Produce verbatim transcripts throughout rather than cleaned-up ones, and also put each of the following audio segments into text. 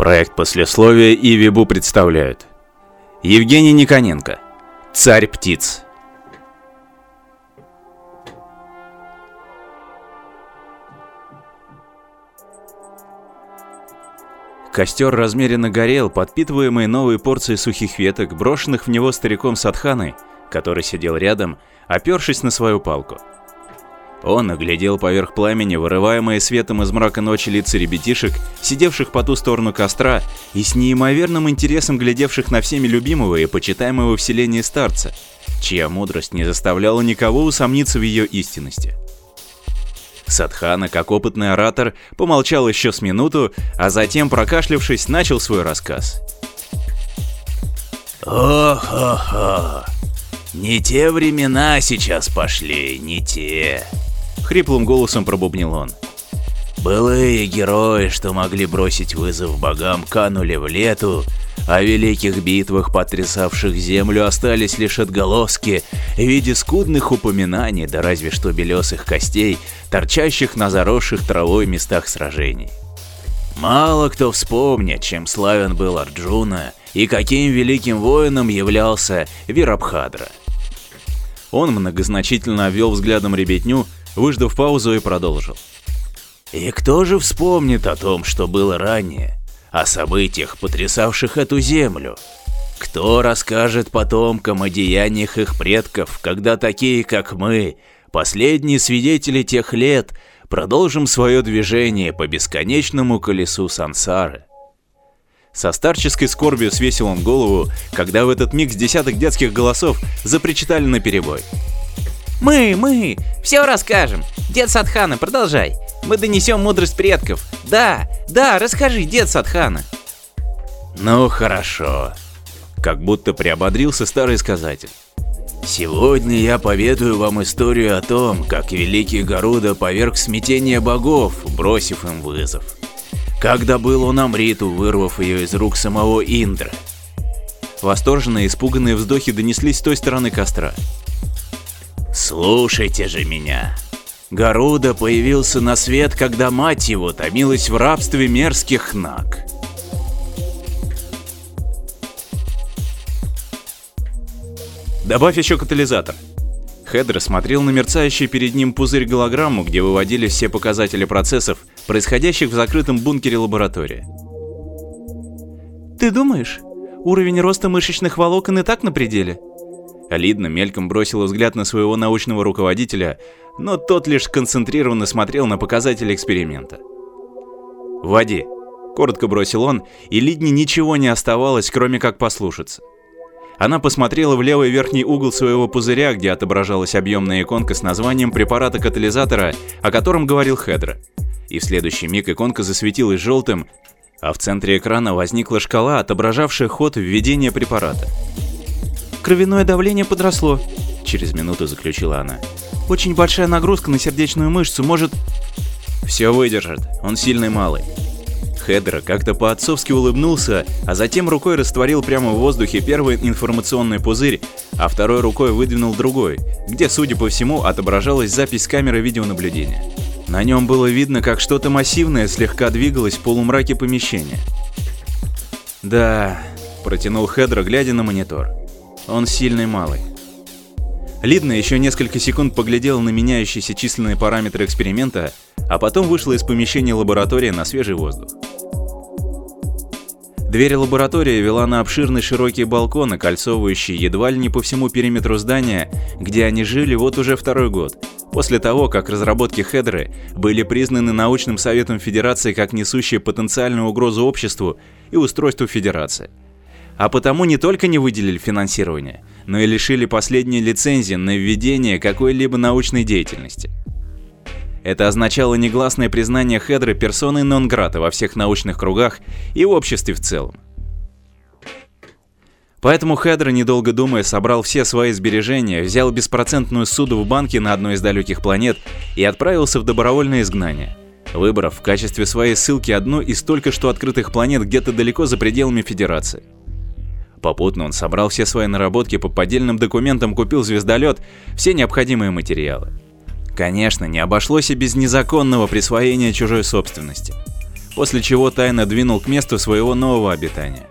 Проект послесловия и Вебу представляют Евгений Никоненко, Царь птиц. Костер размеренно горел, подпитываемый новой порцией сухих веток, брошенных в него стариком Садханой, который сидел рядом, опершись на свою палку. Он оглядел поверх пламени, вырываемые светом из мрака ночи лица ребятишек, сидевших по ту сторону костра, и с неимоверным интересом глядевших на всеми любимого и почитаемого в селении старца, чья мудрость не заставляла никого усомниться в ее истинности. Садхана, как опытный оратор, помолчал еще с минуту, а затем, прокашлявшись, начал свой рассказ. «Ох-ох-ох, не те времена сейчас пошли, не те!» Хриплым голосом пробубнил он. «Былые герои, что могли бросить вызов богам, канули в лету, а в великих битвах, потрясавших землю, остались лишь отголоски в виде скудных упоминаний, да разве что белесых костей, торчащих на заросших травой местах сражений. Мало кто вспомнит, чем славен был Арджуна и каким великим воином являлся Вирабхадра». Он многозначительно обвел взглядом ребятню, выждав паузу, и продолжил. «И кто же вспомнит о том, что было ранее, о событиях, потрясавших эту землю? Кто расскажет потомкам о деяниях их предков, когда такие, как мы, последние свидетели тех лет, продолжим свое движение по бесконечному колесу сансары?» Со старческой скорбью свесил он голову, когда в этот миг с десяток детских голосов запричитали наперебой. «Мы, мы, все расскажем. Дед Садхана, продолжай. Мы донесем мудрость предков. Да, да, расскажи, дед Садхана». «Ну хорошо», — как будто приободрился старый сказатель. «Сегодня я поведаю вам историю о том, как великий Гаруда поверг в смятение богов, бросив им вызов. Как добыл он Амриту, вырвав ее из рук самого Индра». Восторженные, испуганные вздохи донеслись с той стороны костра. «Слушайте же меня. Гаруда появился на свет, когда мать его томилась в рабстве мерзких наг. Добавь еще катализатор». Хедра смотрел на мерцающий перед ним пузырь-голограмму, где выводились все показатели процессов, происходящих в закрытом бункере лаборатории. «Ты думаешь, уровень роста мышечных волокон и так на пределе?» Лидна мельком бросила взгляд на своего научного руководителя, но тот лишь концентрированно смотрел на показатели эксперимента. «Вводи», — коротко бросил он, и Лидне ничего не оставалось, кроме как послушаться. Она посмотрела в левый верхний угол своего пузыря, где отображалась объемная иконка с названием препарата-катализатора, о котором говорил Хедра. И в следующий миг иконка засветилась желтым, а в центре экрана возникла шкала, отображавшая ход введения препарата. «Кровяное давление подросло», — через минуту заключила она. «Очень большая нагрузка на сердечную мышцу может...» «Все выдержит, он сильный малый». Хедра как-то по-отцовски улыбнулся, а затем рукой растворил прямо в воздухе первый информационный пузырь, а второй рукой выдвинул другой, где, судя по всему, отображалась запись с камеры видеонаблюдения. На нем было видно, как что-то массивное слегка двигалось в полумраке помещения. «Да», — протянул Хедра, глядя на монитор. «Он сильный малый». Лидна еще несколько секунд поглядела на меняющиеся численные параметры эксперимента, а потом вышла из помещения лаборатории на свежий воздух. Дверь лаборатории вела на обширный широкий балкон, окольцовывающий едва ли не по всему периметру здания, где они жили вот уже второй год, после того, как разработки Хедры были признаны научным советом Федерации как несущие потенциальную угрозу обществу и устройству Федерации. А потому не только не выделили финансирование, но и лишили последней лицензии на введение какой-либо научной деятельности. Это означало негласное признание Хедры персоной нон-грата во всех научных кругах и в обществе в целом. Поэтому Хедра, недолго думая, собрал все свои сбережения, взял беспроцентную ссуду в банке на одной из далеких планет и отправился в добровольное изгнание, выбрав в качестве своей ссылки одну из только что открытых планет где-то далеко за пределами Федерации. Попутно он собрал все свои наработки по поддельным документам, купил звездолет, все необходимые материалы. Конечно, не обошлось и без незаконного присвоения чужой собственности. после чего тайно двинул к месту своего нового обитания.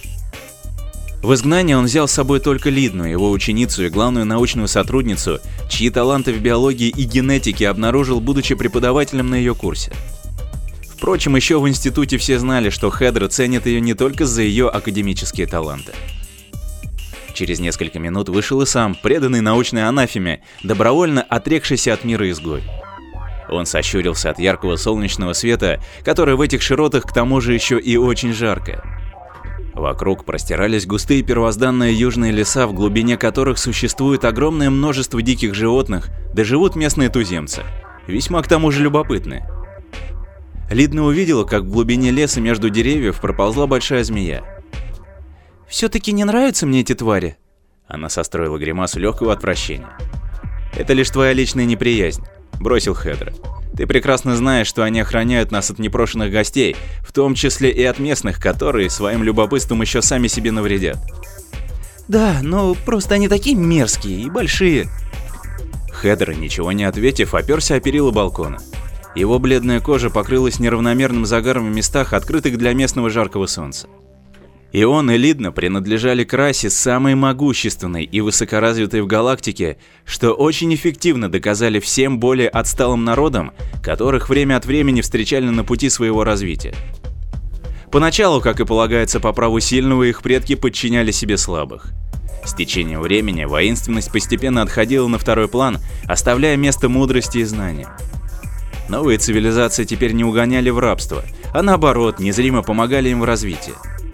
В изгнание он взял с собой только Лидну, его ученицу и главную научную сотрудницу, чьи таланты в биологии и генетике обнаружил, будучи преподавателем на ее курсе. Впрочем, еще в институте все знали, что Хедра ценит ее не только за ее академические таланты. Через несколько минут вышел и сам, преданный научной анафеме, добровольно отрекшийся от мира изгой. Он сощурился от яркого солнечного света, который в этих широтах к тому же еще и очень жарко. Вокруг простирались густые первозданные южные леса, в глубине которых существует огромное множество диких животных, да живут местные туземцы, весьма к тому же любопытные. Лидна увидела, как в глубине леса между деревьев проползла большая змея. «Все-таки не нравятся мне эти твари?» Она состроила гримасу легкого отвращения. «Это лишь твоя личная неприязнь», — бросил Хедра. «Ты прекрасно знаешь, что они охраняют нас от непрошенных гостей, в том числе и от местных, которые своим любопытством еще сами себе навредят». «Да, но просто они такие мерзкие и большие». Хедра, ничего не ответив, оперся о перила балкона. Его бледная кожа покрылась неравномерным загаром в местах, открытых для местного жаркого солнца. И он, и Лидна принадлежали к расе самой могущественной и высокоразвитой в галактике, что очень эффективно доказали всем более отсталым народам, которых время от времени встречали на пути своего развития. Поначалу, как и полагается по праву сильного, их предки подчиняли себе слабых. С течением времени воинственность постепенно отходила на второй план, оставляя место мудрости и знания. Новые цивилизации теперь не угоняли в рабство, а наоборот, незримо помогали им в развитии.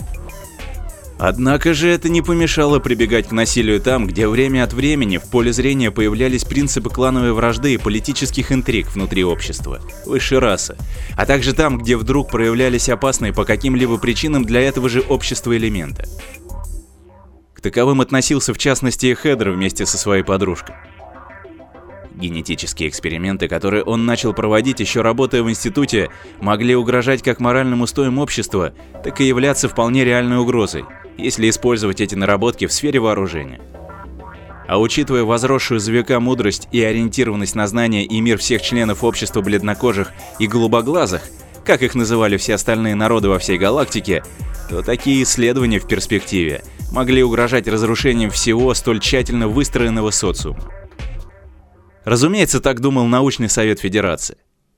Однако же это не помешало прибегать к насилию там, где время от времени в поле зрения появлялись принципы клановой вражды и политических интриг внутри общества, высшей расы, а также там, где вдруг проявлялись опасные по каким-либо причинам для этого же общества элементы. К таковым относился в частности и Хедра вместе со своей подружкой. Генетические эксперименты, которые он начал проводить, еще работая в институте, могли угрожать как моральным устоям общества, так и являться вполне реальной угрозой, если использовать эти наработки в сфере вооружения. А учитывая возросшую за века мудрость и ориентированность на знания и мир всех членов общества бледнокожих и голубоглазых, как их называли все остальные народы во всей галактике, то такие исследования в перспективе могли угрожать разрушением всего столь тщательно выстроенного социума. Разумеется, так думал научный совет Федерации.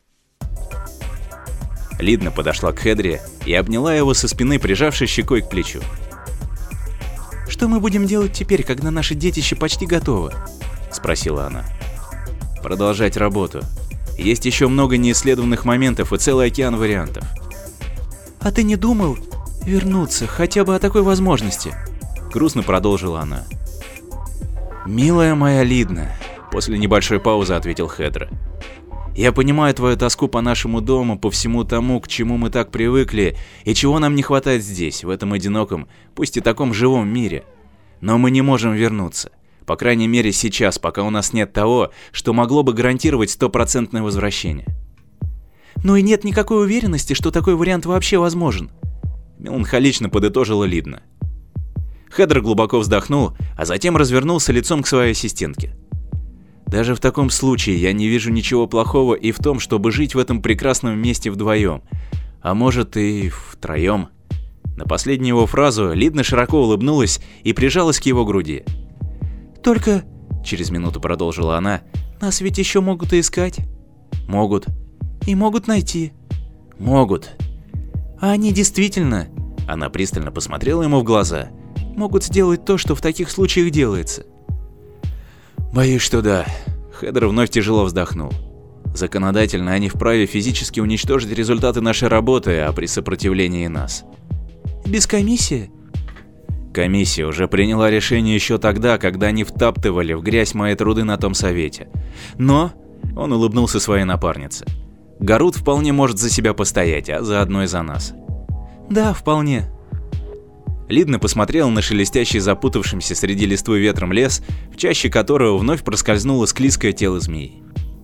Лидна подошла к Хедре и обняла его со спины, прижавшись щекой к плечу. «Что мы будем делать теперь, когда наше детище почти готово?» — спросила она. «Продолжать работу. Есть еще много неисследованных моментов и целый океан вариантов». «А ты не думал вернуться хотя бы о такой возможности?» — грустно продолжила она. «Милая моя Лидна», — после небольшой паузы ответил Хедра. «Я понимаю твою тоску по нашему дому, по всему тому, к чему мы так привыкли, и чего нам не хватает здесь, в этом одиноком, пусть и таком живом мире. Но мы не можем вернуться, по крайней мере сейчас, пока у нас нет того, что могло бы гарантировать стопроцентное возвращение». «Ну и нет никакой уверенности, что такой вариант вообще возможен», — меланхолично подытожила Лидна. Хедра глубоко вздохнул, а затем развернулся лицом к своей ассистентке. «Даже в таком случае я не вижу ничего плохого и в том, чтобы жить в этом прекрасном месте вдвоем, а может и втроем». На последнюю его фразу Лидна широко улыбнулась и прижалась к его груди. «Только, — через минуту продолжила она, — нас ведь еще могут и искать». «Могут». «И могут найти». «Могут». «А они действительно, — она пристально посмотрела ему в глаза, — могут сделать то, что в таких случаях делается». «Боюсь, что да». Хедра вновь тяжело вздохнул. «Законодательно они вправе физически уничтожить результаты нашей работы, а при сопротивлении нас». «Без комиссии?» «Комиссия уже приняла решение еще тогда, когда они втаптывали в грязь мои труды на том совете. Но...» — он улыбнулся своей напарнице. «Гарут вполне может за себя постоять, а заодно и за нас». «Да, вполне». Лидна посмотрела на шелестящий запутавшимся среди листвы ветром лес, в чаще которого вновь проскользнуло склизкое тело змеи.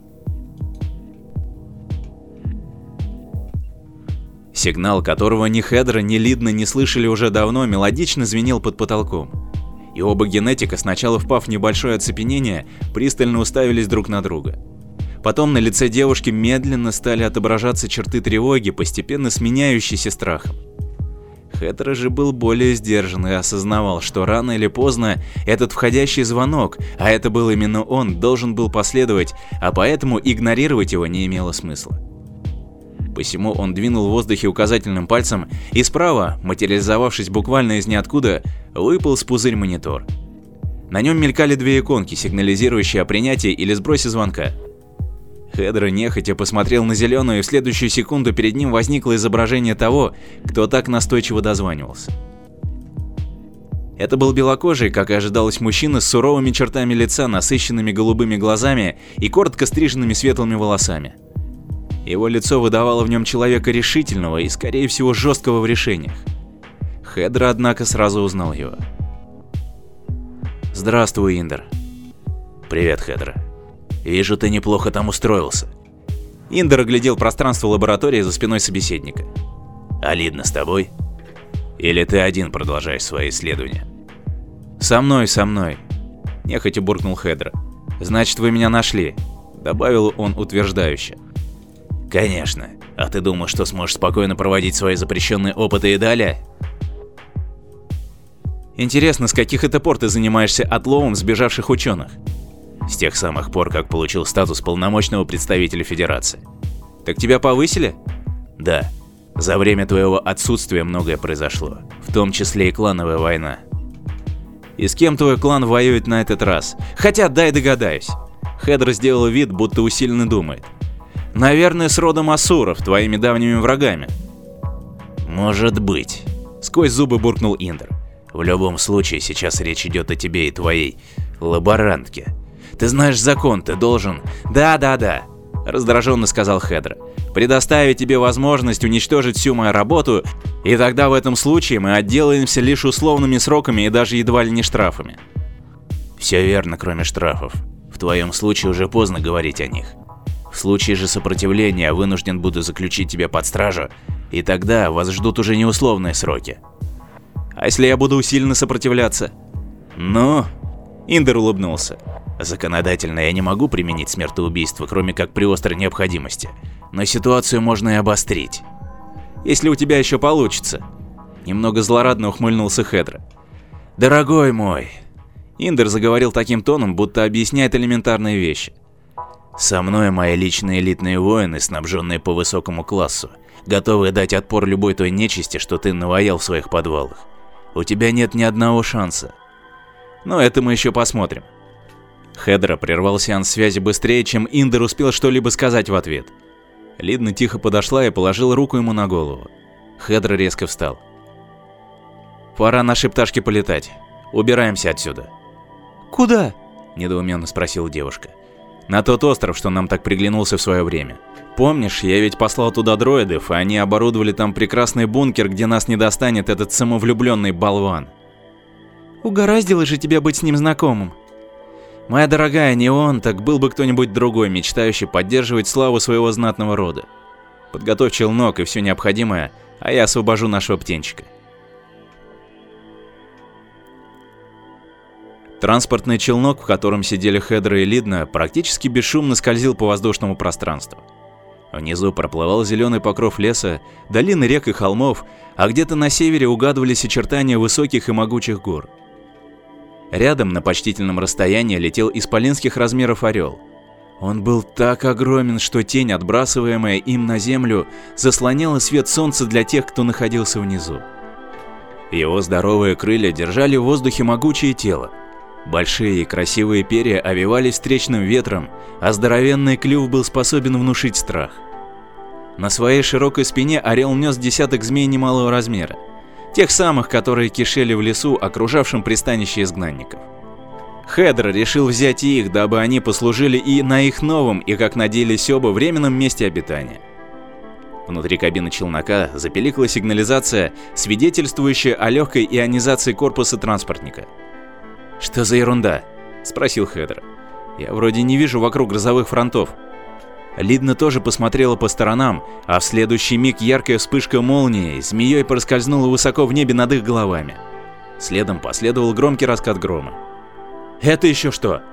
Сигнал, которого ни Хедра, ни Лидна не слышали уже давно, мелодично звенел под потолком. И оба генетика, сначала впав в небольшое оцепенение, пристально уставились друг на друга. Потом на лице девушки медленно стали отображаться черты тревоги, постепенно сменяющиеся страхом. Хедра же был более сдержан и осознавал, что рано или поздно этот входящий звонок, а это был именно он, должен был последовать, а поэтому игнорировать его не имело смысла. Посему он двинул в воздухе указательным пальцем, и справа, материализовавшись буквально из ниоткуда, выполз пузырь-монитор. На нем мелькали две иконки, сигнализирующие о принятии или сбросе звонка. Хедра нехотя посмотрел на зеленую, и в следующую секунду перед ним возникло изображение того, кто так настойчиво дозванивался. Это был белокожий, как и ожидалось, мужчина с суровыми чертами лица, насыщенными голубыми глазами и коротко стриженными светлыми волосами. Его лицо выдавало в нем человека решительного и, скорее всего, жесткого в решениях. Хедра, однако, сразу узнал его. «Здравствуй, Индер». «Привет, Хедра. Вижу, ты неплохо там устроился». Индер оглядел пространство лаборатории за спиной собеседника. «А Лидна с тобой? Или ты один продолжаешь свои исследования?» «Со мной, со мной», – нехотя буркнул Хедра. «Значит, вы меня нашли», – добавил он утверждающе. «Конечно. А ты думал, что сможешь спокойно проводить свои запрещенные опыты и далее?» «Интересно, с каких это пор ты занимаешься отловом сбежавших ученых?» «С тех самых пор, как получил статус полномочного представителя Федерации». «Так тебя повысили?» «Да. За время твоего отсутствия многое произошло, в том числе и клановая война». «И с кем твой клан воюет на этот раз? Хотя дай догадаюсь». Хедра сделал вид, будто усиленно думает. «Наверное, с родом Асуров, твоими давними врагами». «Может быть», — сквозь зубы буркнул Индер. «В любом случае, сейчас речь идет о тебе и твоей лаборантке. Ты знаешь закон, ты должен...» «Да-да-да», — раздраженно сказал Хедра. «Предоставить тебе возможность уничтожить всю мою работу, и тогда в этом случае мы отделаемся лишь условными сроками и даже едва ли не штрафами». «Все верно, кроме штрафов. В твоем случае уже поздно говорить о них. В случае же сопротивления я вынужден буду заключить тебя под стражу, и тогда вас ждут уже не условные сроки». «А если я буду усиленно сопротивляться?» «Ну?» Индер улыбнулся. «Законодательно я не могу применить смертоубийство, кроме как при острой необходимости, но ситуацию можно и обострить». «Если у тебя еще получится». Немного злорадно ухмыльнулся Хедра. «Дорогой мой», Индер заговорил таким тоном, будто объясняет элементарные вещи. «Со мной мои личные элитные воины, снабженные по высокому классу, готовые дать отпор любой той нечисти, что ты наваял в своих подвалах. У тебя нет ни одного шанса». «Но это мы еще посмотрим». Хедра прервал сеанс связи быстрее, чем Индер успел что-либо сказать в ответ. Лидна тихо подошла и положила руку ему на голову. Хедра резко встал. «Пора нашей пташке полетать. Убираемся отсюда». «Куда?» – недоуменно спросила девушка. «На тот остров, что нам так приглянулся в свое время. Помнишь, я ведь послал туда дроидов, и они оборудовали там прекрасный бункер, где нас не достанет этот самовлюбленный болван». «Угораздило же тебя быть с ним знакомым». «Моя дорогая, не он, так был бы кто-нибудь другой, мечтающий поддерживать славу своего знатного рода. Подготовь челнок и все необходимое, а я освобожу нашего птенчика». Транспортный челнок, в котором сидели Хедра и Лидна, практически бесшумно скользил по воздушному пространству. Внизу проплывал зеленый покров леса, долины рек и холмов, а где-то на севере угадывались очертания высоких и могучих гор. Рядом, на почтительном расстоянии, летел исполинских размеров орел. Он был так огромен, что тень, отбрасываемая им на землю, заслоняла свет солнца для тех, кто находился внизу. Его здоровые крылья держали в воздухе могучее тело. Большие и красивые перья овивались встречным ветром, а здоровенный клюв был способен внушить страх. На своей широкой спине орел нес десяток змей немалого размера. Тех самых, которые кишели в лесу, окружавшем пристанище изгнанников. Хедра решил взять их, дабы они послужили и на их новом, и, как надеялись оба, временном месте обитания. Внутри кабины челнока запеликала сигнализация, свидетельствующая о легкой ионизации корпуса транспортника. «Что за ерунда?» – спросил Хедра. «Я вроде не вижу вокруг грозовых фронтов». Лидна тоже посмотрела по сторонам, а в следующий миг яркая вспышка молнии змеей проскользнула высоко в небе над их головами. Следом последовал громкий раскат грома. «Это еще что?»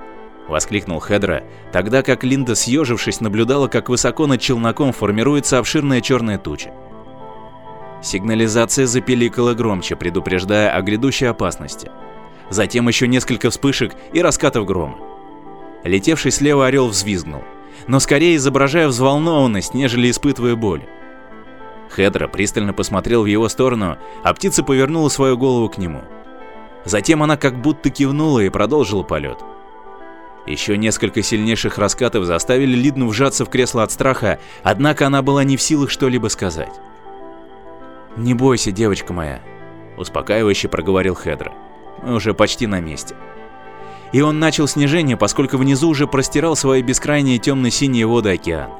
воскликнул Хедра, тогда как Линда, съежившись, наблюдала, как высоко над челноком формируется обширная черная туча. Сигнализация запиликала громче, предупреждая о грядущей опасности. Затем еще несколько вспышек и раскатов грома. Летевший слева орел взвизгнул, но скорее изображая взволнованность, нежели испытывая боль. Хедра пристально посмотрел в его сторону, а птица повернула свою голову к нему. Затем она как будто кивнула и продолжила полет. Еще несколько сильнейших раскатов заставили Лидну вжаться в кресло от страха, однако она была не в силах что-либо сказать. «Не бойся, девочка моя», — успокаивающе проговорил Хедра. «Мы уже почти на месте». И он начал снижение, поскольку внизу уже простирал свои бескрайние темно-синие воды океан.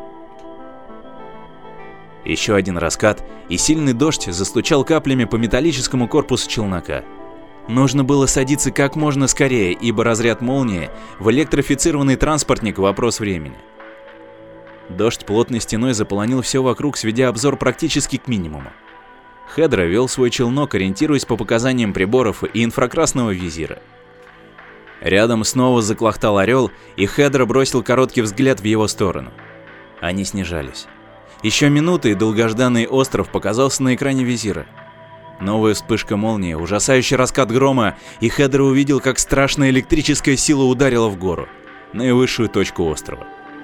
Еще один раскат, и сильный дождь застучал каплями по металлическому корпусу челнока. Нужно было садиться как можно скорее, ибо разряд молнии в электрифицированный транспортник — вопрос времени. Дождь плотной стеной заполонил все вокруг, сведя обзор практически к минимуму. Хедра вел свой челнок, ориентируясь по показаниям приборов и инфракрасного визира. Рядом снова заклохтал орел, и Хедра бросил короткий взгляд в его сторону. Они снижались. Еще минуты, и долгожданный остров показался на экране визира. Новая вспышка молнии, ужасающий раскат грома, и Хедра увидел, как страшная электрическая сила ударила в гору, наивысшую точку острова.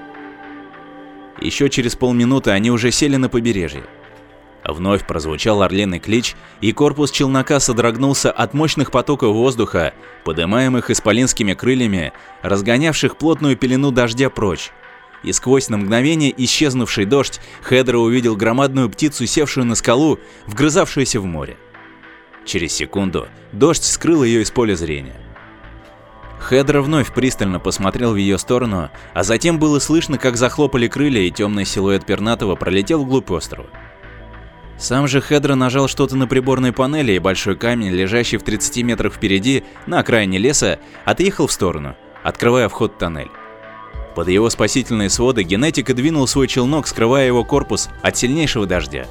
Еще через полминуты они уже сели на побережье. Вновь прозвучал орлиный клич, и корпус челнока содрогнулся от мощных потоков воздуха, подымаемых исполинскими крыльями, разгонявших плотную пелену дождя прочь. И сквозь на мгновение исчезнувший дождь Хедра увидел громадную птицу, севшую на скалу, вгрызавшуюся в море. Через секунду дождь скрыл ее из поля зрения. Хедра вновь пристально посмотрел в ее сторону, а затем было слышно, как захлопали крылья, и темный силуэт пернатого пролетел вглубь острова. Сам же Хедра нажал что-то на приборной панели, и большой камень, лежащий в тридцати метрах впереди, на окраине леса, отъехал в сторону, открывая вход в тоннель. Под его спасительные своды генетик двинул свой челнок, скрывая его корпус от сильнейшего дождя.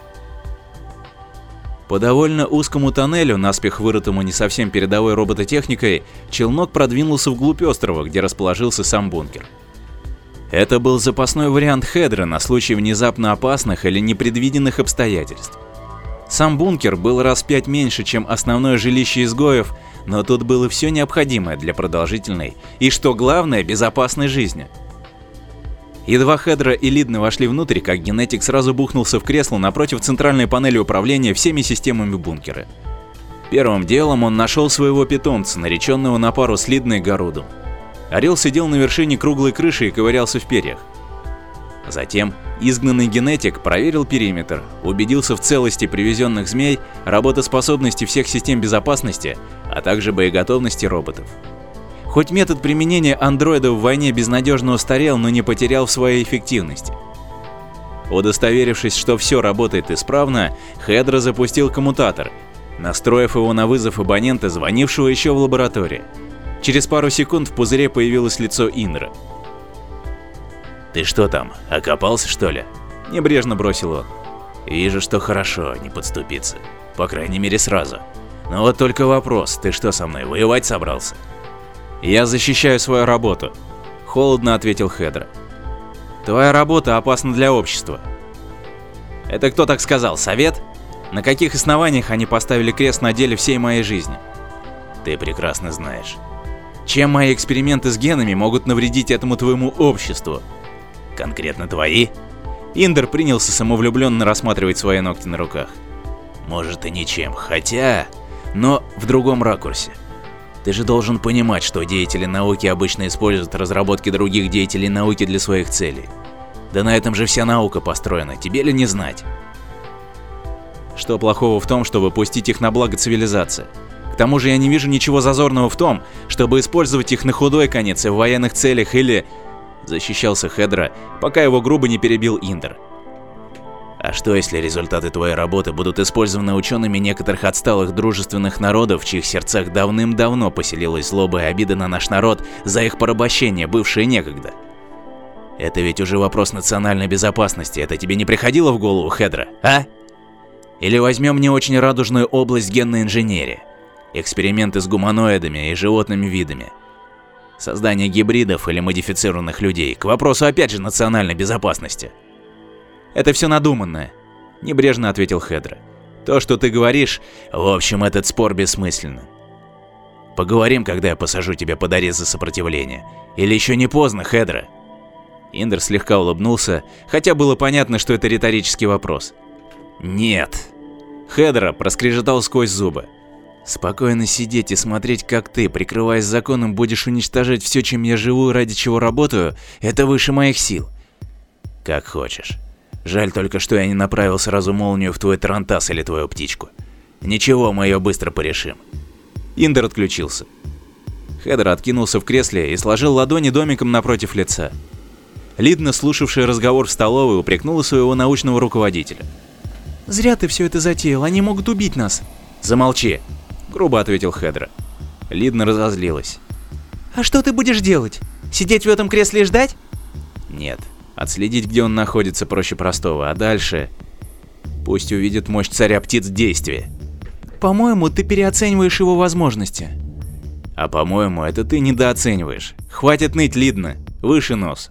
По довольно узкому тоннелю, наспех вырытому не совсем передовой робототехникой, челнок продвинулся вглубь острова, где расположился сам бункер. Это был запасной вариант Хедра на случай внезапно опасных или непредвиденных обстоятельств. Сам бункер был раз в пять меньше, чем основное жилище изгоев, но тут было все необходимое для продолжительной и, что главное, безопасной жизни. Едва Хедра и Лидна вошли внутрь, как генетик сразу бухнулся в кресло напротив центральной панели управления всеми системами бункера. Первым делом он нашел своего питомца, нареченного на пару с Лидной Гарудом. Орел сидел на вершине круглой крыши и ковырялся в перьях. Затем изгнанный генетик проверил периметр, убедился в целости привезенных змей, работоспособности всех систем безопасности, а также боеготовности роботов. Хоть метод применения андроидов в войне безнадежно устарел, но не потерял в своей эффективности. Удостоверившись, что все работает исправно, Хедра запустил коммутатор, настроив его на вызов абонента, звонившего еще в лаборатории. Через пару секунд в пузыре появилось лицо Индра. «Ты что там, окопался, что ли?» – небрежно бросил он. «Вижу, что хорошо, не подступиться. По крайней мере, сразу. Но вот только вопрос, ты что со мной, воевать собрался?» «Я защищаю свою работу», – холодно ответил Хедра. «Твоя работа опасна для общества». «Это кто так сказал, совет? На каких основаниях они поставили крест на деле всей моей жизни?» «Ты прекрасно знаешь. Чем мои эксперименты с генами могут навредить этому твоему обществу?» «Конкретно твои?» Индер принялся самовлюбленно рассматривать свои ногти на руках. «Может и ничем, хотя… но в другом ракурсе. Ты же должен понимать, что деятели науки обычно используют разработки других деятелей науки для своих целей. Да на этом же вся наука построена, тебе ли не знать?» «Что плохого в том, чтобы пустить их на благо цивилизации? К тому же я не вижу ничего зазорного в том, чтобы использовать их на худой конец и в военных целях или…» Защищался Хедра, пока его грубо не перебил Индер. «А что, если результаты твоей работы будут использованы учеными некоторых отсталых дружественных народов, в чьих сердцах давным-давно поселилась злоба и обида на наш народ за их порабощение, бывшее некогда? Это ведь уже вопрос национальной безопасности, это тебе не приходило в голову, Хедра, а? Или возьмем не очень радужную область генной инженерии, эксперименты с гуманоидами и животными видами. Создание гибридов или модифицированных людей, к вопросу опять же национальной безопасности. Это все надуманное, небрежно ответил Хедра. То, что ты говоришь, в общем, этот спор бессмысленен. Поговорим, когда я посажу тебя под арест за сопротивление. Или еще не поздно, Хедра? Индер слегка улыбнулся, хотя было понятно, что это риторический вопрос. Нет. Хедра проскрежетал сквозь зубы. Спокойно сидеть и смотреть, как ты, прикрываясь законом, будешь уничтожать все, чем я живу и ради чего работаю, это выше моих сил. Как хочешь. Жаль только, что я не направил сразу молнию в твой тарантас или твою птичку. Ничего, мы ее быстро порешим. Индер отключился. Хедра откинулся в кресле и сложил ладони домиком напротив лица. Лидна, слушавшая разговор в столовой, упрекнула своего научного руководителя. «Зря ты все это затеял, они могут убить нас». «Замолчи», — грубо ответил Хедра. Лидна разозлилась. «А что ты будешь делать? Сидеть в этом кресле и ждать?» «Нет, отследить, где он находится, проще простого, а дальше... Пусть увидит мощь царя птиц в действии». «По-моему, ты переоцениваешь его возможности». «А по-моему, это ты недооцениваешь. Хватит ныть, Лидна, выше нос».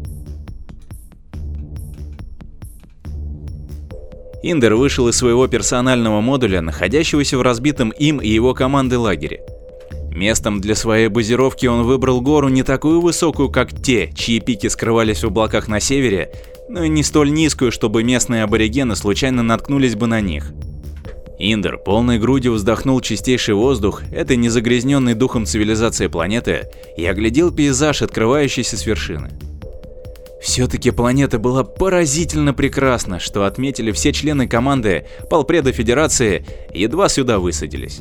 Индер вышел из своего персонального модуля, находящегося в разбитом им и его командой лагере. Местом для своей базировки он выбрал гору не такую высокую, как те, чьи пики скрывались в облаках на севере, но и не столь низкую, чтобы местные аборигены случайно наткнулись бы на них. Индер полной грудью вздохнул чистейший воздух этой незагрязненной духом цивилизации планеты и оглядел пейзаж, открывающийся с вершины. Все-таки планета была поразительно прекрасна, что отметили все члены команды полпреда Федерации, едва сюда высадились.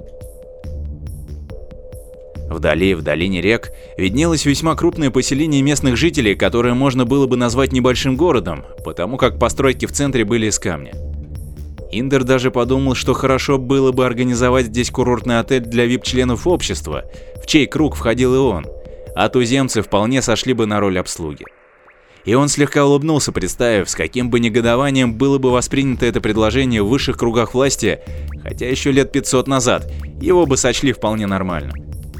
Вдали, в долине рек, виднелось весьма крупное поселение местных жителей, которое можно было бы назвать небольшим городом, потому как постройки в центре были из камня. Индер даже подумал, что хорошо было бы организовать здесь курортный отель для ви ай пи-членов общества, в чей круг входил и он, а туземцы вполне сошли бы на роль обслуги. И он слегка улыбнулся, представив, с каким бы негодованием было бы воспринято это предложение в высших кругах власти, хотя еще лет пятьсот назад его бы сочли вполне нормально.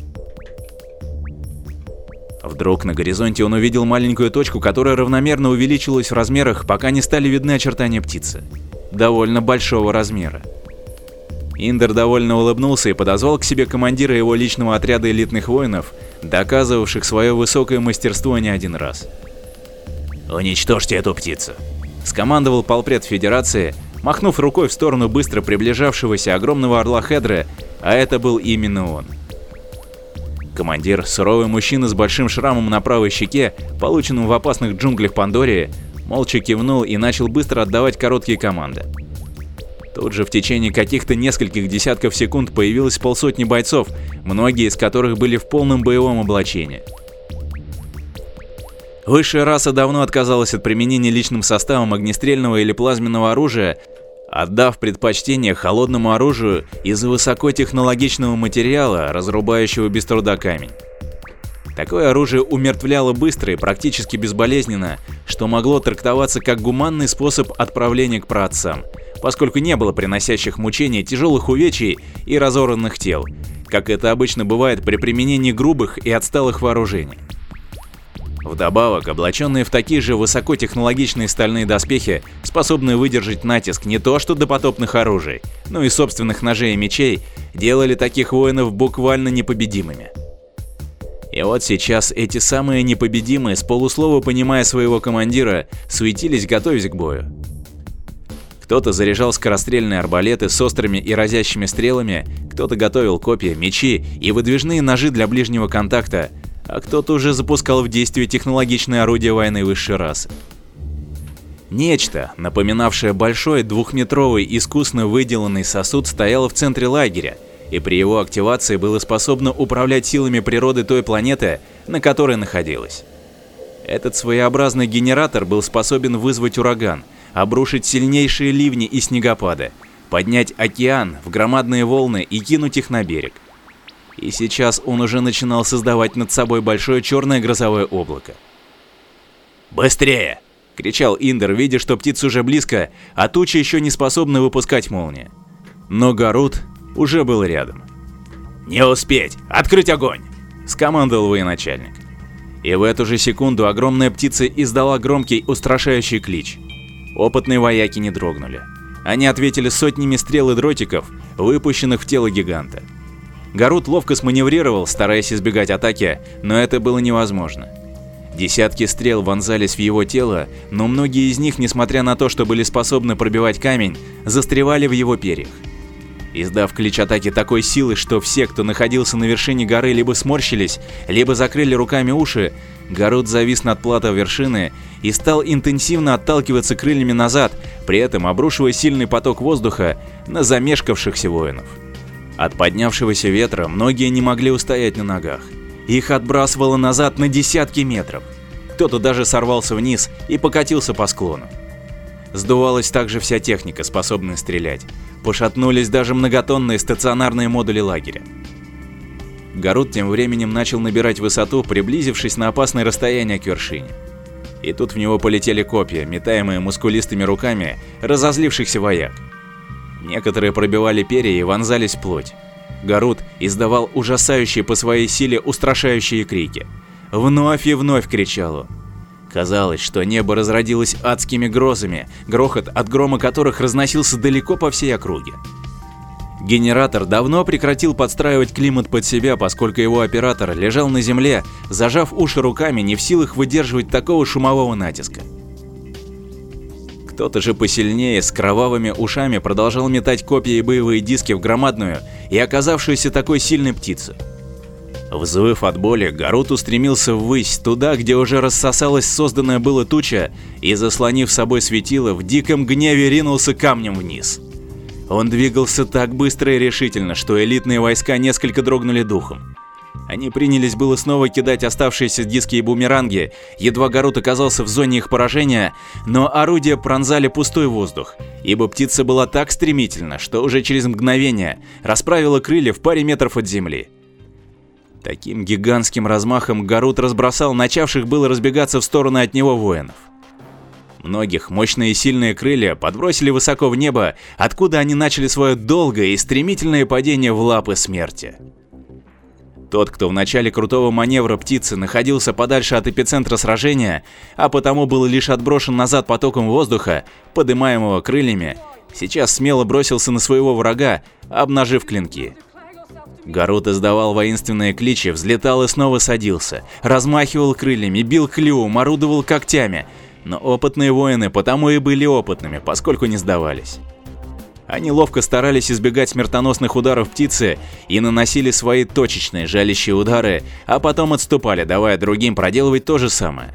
Вдруг на горизонте он увидел маленькую точку, которая равномерно увеличилась в размерах, пока не стали видны очертания птицы. Довольно большого размера. Индер довольно улыбнулся и подозвал к себе командира его личного отряда элитных воинов, доказывавших свое высокое мастерство не один раз. «Уничтожьте эту птицу», — скомандовал полпред Федерации, махнув рукой в сторону быстро приближавшегося огромного орла Хедры, а это был именно он. Командир, суровый мужчина с большим шрамом на правой щеке, полученным в опасных джунглях Пандории, молча кивнул и начал быстро отдавать короткие команды. Тут же в течение каких-то нескольких десятков секунд появилось полсотни бойцов, многие из которых были в полном боевом облачении. Высшая раса давно отказалась от применения личным составом огнестрельного или плазменного оружия, отдав предпочтение холодному оружию из-за высокотехнологичного материала, разрубающего без труда камень. Такое оружие умертвляло быстро и практически безболезненно, что могло трактоваться как гуманный способ отправления к праотцам, поскольку не было приносящих мучения тяжелых увечий и разорванных тел, как это обычно бывает при применении грубых и отсталых вооружений. Вдобавок, облаченные в такие же высокотехнологичные стальные доспехи, способные выдержать натиск не то что допотопных оружий, но и собственных ножей и мечей, делали таких воинов буквально непобедимыми. И вот сейчас эти самые непобедимые, с полуслова понимая своего командира, суетились, готовясь к бою. Кто-то заряжал скорострельные арбалеты с острыми и разящими стрелами, кто-то готовил копья, мечи и выдвижные ножи для ближнего контакта, а кто-то уже запускал в действие технологичные орудия войны высшей расы. Нечто, напоминавшее большой двухметровый искусно выделанный сосуд, стояло в центре лагеря, и при его активации было способно управлять силами природы той планеты, на которой находилась. Этот своеобразный генератор был способен вызвать ураган, обрушить сильнейшие ливни и снегопады, поднять океан в громадные волны и кинуть их на берег. И сейчас он уже начинал создавать над собой большое черное грозовое облако. «Быстрее!» — кричал Индер, видя, что птица уже близко, а туча еще не способна выпускать молнии. Но Гарут уже был рядом. «Не успеть! Открыть огонь!» — скомандовал военачальник. И в эту же секунду огромная птица издала громкий, устрашающий клич. Опытные вояки не дрогнули. Они ответили сотнями стрел и дротиков, выпущенных в тело гиганта. Гарут ловко сманеврировал, стараясь избегать атаки, но это было невозможно. Десятки стрел вонзались в его тело, но многие из них, несмотря на то, что были способны пробивать камень, застревали в его перьях. Издав клич атаки такой силы, что все, кто находился на вершине горы, либо сморщились, либо закрыли руками уши, Гарут завис над плато вершины и стал интенсивно отталкиваться крыльями назад, при этом обрушивая сильный поток воздуха на замешкавшихся воинов. От поднявшегося ветра многие не могли устоять на ногах. Их отбрасывало назад на десятки метров. Кто-то даже сорвался вниз и покатился по склону. Сдувалась также вся техника, способная стрелять. Пошатнулись даже многотонные стационарные модули лагеря. Гарут тем временем начал набирать высоту, приблизившись на опасное расстояние к вершине. И тут в него полетели копья, метаемые мускулистыми руками разозлившихся вояк. Некоторые пробивали перья и вонзались в плоть. Гарут издавал ужасающие по своей силе устрашающие крики. Вновь и вновь кричал он. Казалось, что небо разродилось адскими грозами, грохот от грома которых разносился далеко по всей округе. Генератор давно прекратил подстраивать климат под себя, поскольку его оператор лежал на земле, зажав уши руками, не в силах выдерживать такого шумового натиска. Кто-то же посильнее, с кровавыми ушами, продолжал метать копья и боевые диски в громадную и оказавшуюся такой сильной птицу. Взвыв от боли, Гарут устремился ввысь, туда, где уже рассосалась созданная была туча, и, заслонив собой светило, в диком гневе ринулся камнем вниз. Он двигался так быстро и решительно, что элитные войска несколько дрогнули духом. Они принялись было снова кидать оставшиеся диски и бумеранги, едва Гарут оказался в зоне их поражения, но орудия пронзали пустой воздух, ибо птица была так стремительна, что уже через мгновение расправила крылья в паре метров от земли. Таким гигантским размахом Гарут разбросал начавших было разбегаться в стороны от него воинов. Многих мощные и сильные крылья подбросили высоко в небо, откуда они начали свое долгое и стремительное падение в лапы смерти. Тот, кто в начале крутого маневра птицы находился подальше от эпицентра сражения, а потому был лишь отброшен назад потоком воздуха, подымаемого крыльями, сейчас смело бросился на своего врага, обнажив клинки. Гарут издавал воинственные кличи, взлетал и снова садился, размахивал крыльями, бил клювом, орудовал когтями, но опытные воины потому и были опытными, поскольку не сдавались. Они ловко старались избегать смертоносных ударов птицы и наносили свои точечные жалящие удары, а потом отступали, давая другим проделывать то же самое.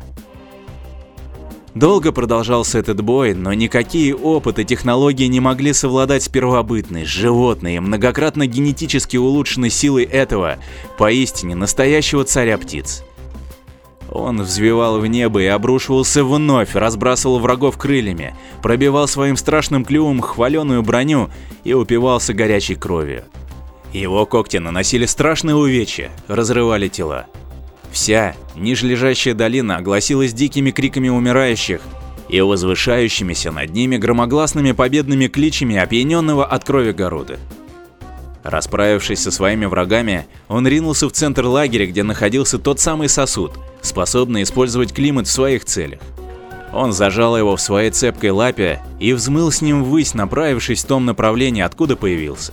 Долго продолжался этот бой, но никакие опыты и технологии не могли совладать с первобытной, животной и многократно генетически улучшенной силой этого, поистине настоящего царя птиц. Он взвивал в небо и обрушивался вновь, разбрасывал врагов крыльями, пробивал своим страшным клювом хваленую броню и упивался горячей кровью. Его когти наносили страшные увечья, разрывали тела. Вся нижележащая долина огласилась дикими криками умирающих и возвышающимися над ними громогласными победными кличами опьяненного от крови Гарута. Расправившись со своими врагами, он ринулся в центр лагеря, где находился тот самый сосуд, способный использовать климат в своих целях. Он зажал его в своей цепкой лапе и взмыл с ним ввысь, направившись в том направлении, откуда появился.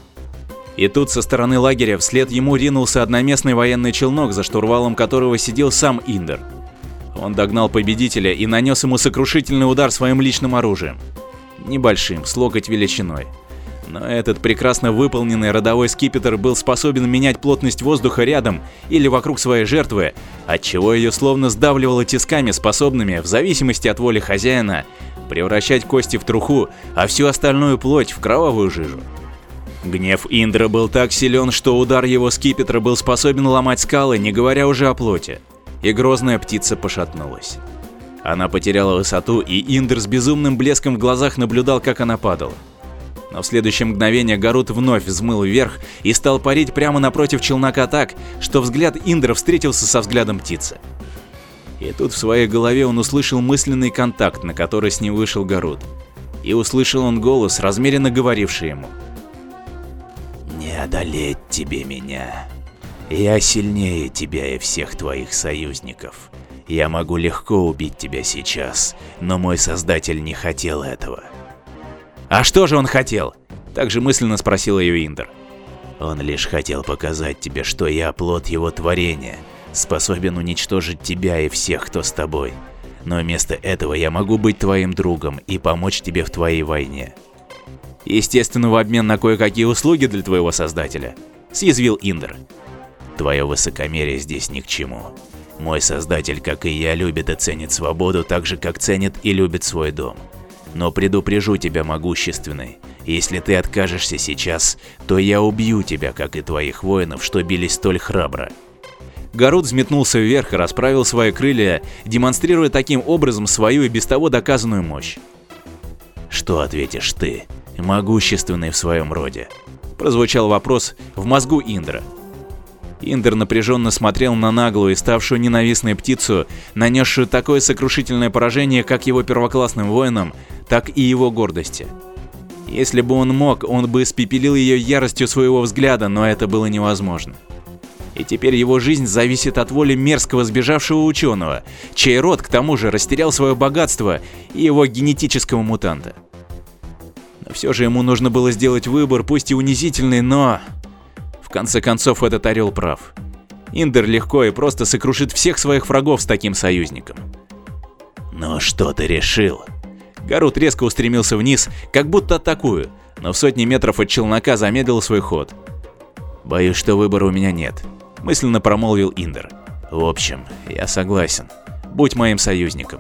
И тут со стороны лагеря вслед ему ринулся одноместный военный челнок, за штурвалом которого сидел сам Индр. Он догнал победителя и нанес ему сокрушительный удар своим личным оружием. Небольшим, с локоть величиной. Но этот прекрасно выполненный родовой скипетр был способен менять плотность воздуха рядом или вокруг своей жертвы, отчего ее словно сдавливало тисками, способными, в зависимости от воли хозяина, превращать кости в труху, а всю остальную плоть в кровавую жижу. Гнев Индра был так силен, что удар его скипетра был способен ломать скалы, не говоря уже о плоти, и грозная птица пошатнулась. Она потеряла высоту, и Индр с безумным блеском в глазах наблюдал, как она падала. Но в следующее мгновение Гарут вновь взмыл вверх и стал парить прямо напротив челнока так, что взгляд Индра встретился со взглядом птицы. И тут в своей голове он услышал мысленный контакт, на который с ним вышел Гарут. И услышал он голос, размеренно говоривший ему: «Не одолеть тебе меня. Я сильнее тебя и всех твоих союзников. Я могу легко убить тебя сейчас, но мой создатель не хотел этого. А что же он хотел? Также мысленно спросил ее Индр. Он лишь хотел показать тебе, что я плод его творения, способен уничтожить тебя и всех, кто с тобой. Но вместо этого я могу быть твоим другом и помочь тебе в твоей войне. Естественно, в обмен на кое-какие услуги для твоего создателя, съязвил Индр. Твое высокомерие здесь ни к чему. Мой создатель, как и я, любит и ценит свободу так же, как ценит и любит свой дом. Но предупрежу тебя, могущественный, если ты откажешься сейчас, то я убью тебя, как и твоих воинов, что бились столь храбро. Гарут взметнулся вверх и расправил свои крылья, демонстрируя таким образом свою и без того доказанную мощь. Что ответишь ты, могущественный в своем роде? Прозвучал вопрос в мозгу Индра. Индр напряженно смотрел на наглую и ставшую ненавистной птицу, нанесшую такое сокрушительное поражение как его первоклассным воинам, так и его гордости. Если бы он мог, он бы испепелил ее яростью своего взгляда, но это было невозможно. И теперь его жизнь зависит от воли мерзкого сбежавшего ученого, чей род, к тому же, растерял свое богатство и его генетического мутанта. Но все же ему нужно было сделать выбор, пусть и унизительный, но... В конце концов, этот орел прав. Индр легко и просто сокрушит всех своих врагов с таким союзником. «Ну что ты решил?» Гарут резко устремился вниз, как будто атакуя, но в сотни метров от челнока замедлил свой ход. «Боюсь, что выбора у меня нет», — мысленно промолвил Индр. «В общем, я согласен. Будь моим союзником».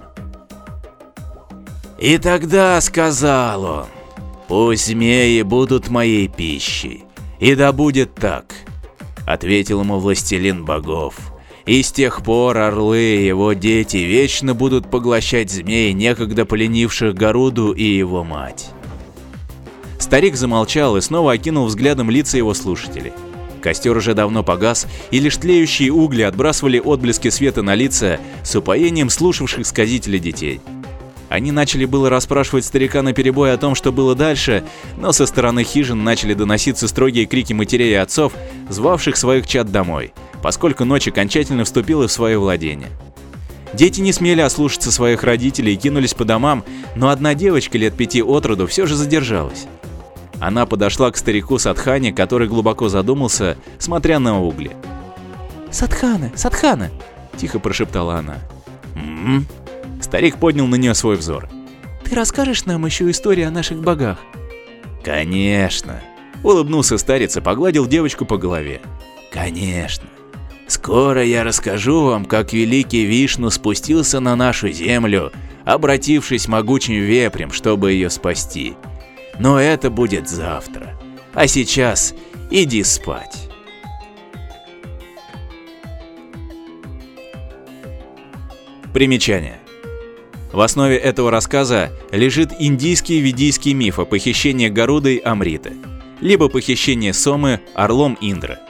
«И тогда, — сказал он, — пусть змеи будут моей пищей. И да будет так», — ответил ему властелин богов. «И с тех пор орлы и его дети вечно будут поглощать змей, некогда поленивших Гаруду и его мать». Старик замолчал и снова окинул взглядом лица его слушателей. Костер уже давно погас, и лишь тлеющие угли отбрасывали отблески света на лица с упоением слушавших сказителей детей. Они начали было расспрашивать старика наперебой о том, что было дальше, но со стороны хижин начали доноситься строгие крики матерей и отцов, звавших своих чад домой, поскольку ночь окончательно вступила в свое владение. Дети не смели ослушаться своих родителей и кинулись по домам, но одна девочка лет пяти от роду все же задержалась. Она подошла к старику Садхане, который глубоко задумался, смотря на угли. «Садхана, Садхана!» – тихо прошептала она. «М-м-м?» Старик поднял на нее свой взор. «Ты расскажешь нам еще историю о наших богах?» «Конечно!» – улыбнулся старец и погладил девочку по голове. «Конечно! Скоро я расскажу вам, как великий Вишну спустился на нашу землю, обратившись могучим вепрем, чтобы ее спасти. Но это будет завтра. А сейчас иди спать». Примечание. В основе этого рассказа лежит индийский ведийский миф о похищении Гарудой Амриты, либо похищении Сомы орлом Индра.